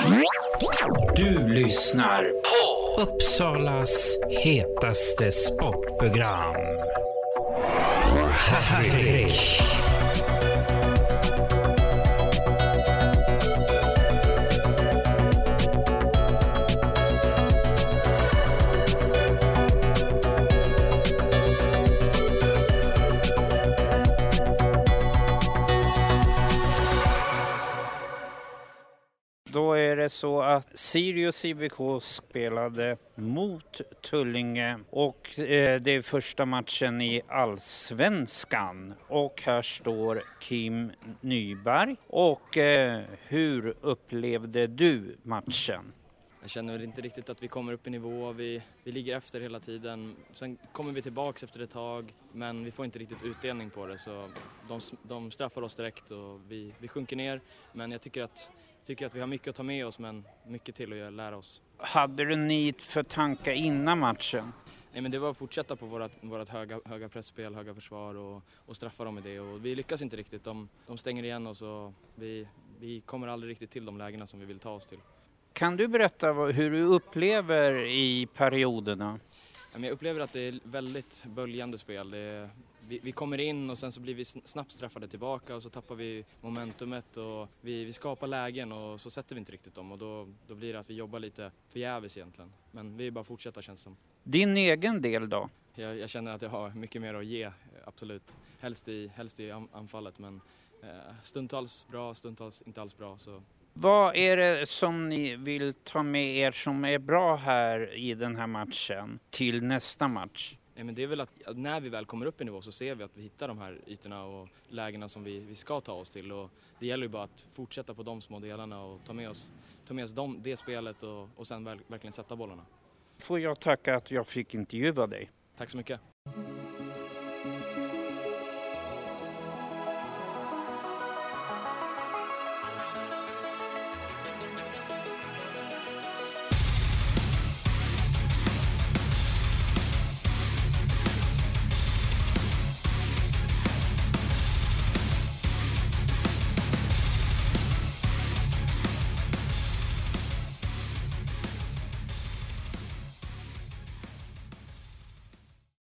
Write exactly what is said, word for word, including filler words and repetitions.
Du lyssnar på Uppsalas hetaste sportprogram. Hattrick. Då är det så att Sirius I V K spelade mot Tullinge och eh, det är första matchen i Allsvenskan. Och här står Kim Nyberg. Och eh, hur upplevde du matchen? Jag känner väl inte riktigt att vi kommer upp i nivå, vi, vi ligger efter hela tiden. Sen kommer vi tillbaka efter ett tag, men vi får inte riktigt utdelning på det. Så de, de straffar oss direkt och vi, vi sjunker ner. Men jag tycker att, tycker att vi har mycket att ta med oss, men mycket till att lära oss. Hade du nit för tankar innan matchen? Nej, men det var att fortsätta på vårat, vårat höga, höga pressspel, höga försvar och, och straffa dem med det. Och vi lyckas inte riktigt, de, de stänger igen oss och vi, vi kommer aldrig riktigt till de lägena som vi vill ta oss till. Kan du berätta hur du upplever i perioderna? Jag upplever att det är väldigt böljande spel. Det är, vi, vi kommer in och sen så blir vi snabbt straffade tillbaka och så tappar vi momentumet och vi, vi skapar lägen och så sätter vi inte riktigt dem och då, då blir det att vi jobbar lite förgäves egentligen. Men vi bara fortsätter, känns som. Din egen del då? Jag, jag känner att jag har mycket mer att ge, absolut. Helst i, helst i anfallet, men eh, stundtals bra, stundtals inte alls bra. Så. Vad är det som ni vill ta med er som är bra här i den här matchen till nästa match? Nej, men det är väl att när vi väl kommer upp i nivå så ser vi att vi hittar de här ytorna och lägena som vi, vi ska ta oss till. Och det gäller ju bara att fortsätta på de små delarna och ta med oss, ta med oss dem, det spelet och, och sen väl, verkligen sätta bollarna. Får jag tacka att jag fick intervjua dig. Tack så mycket.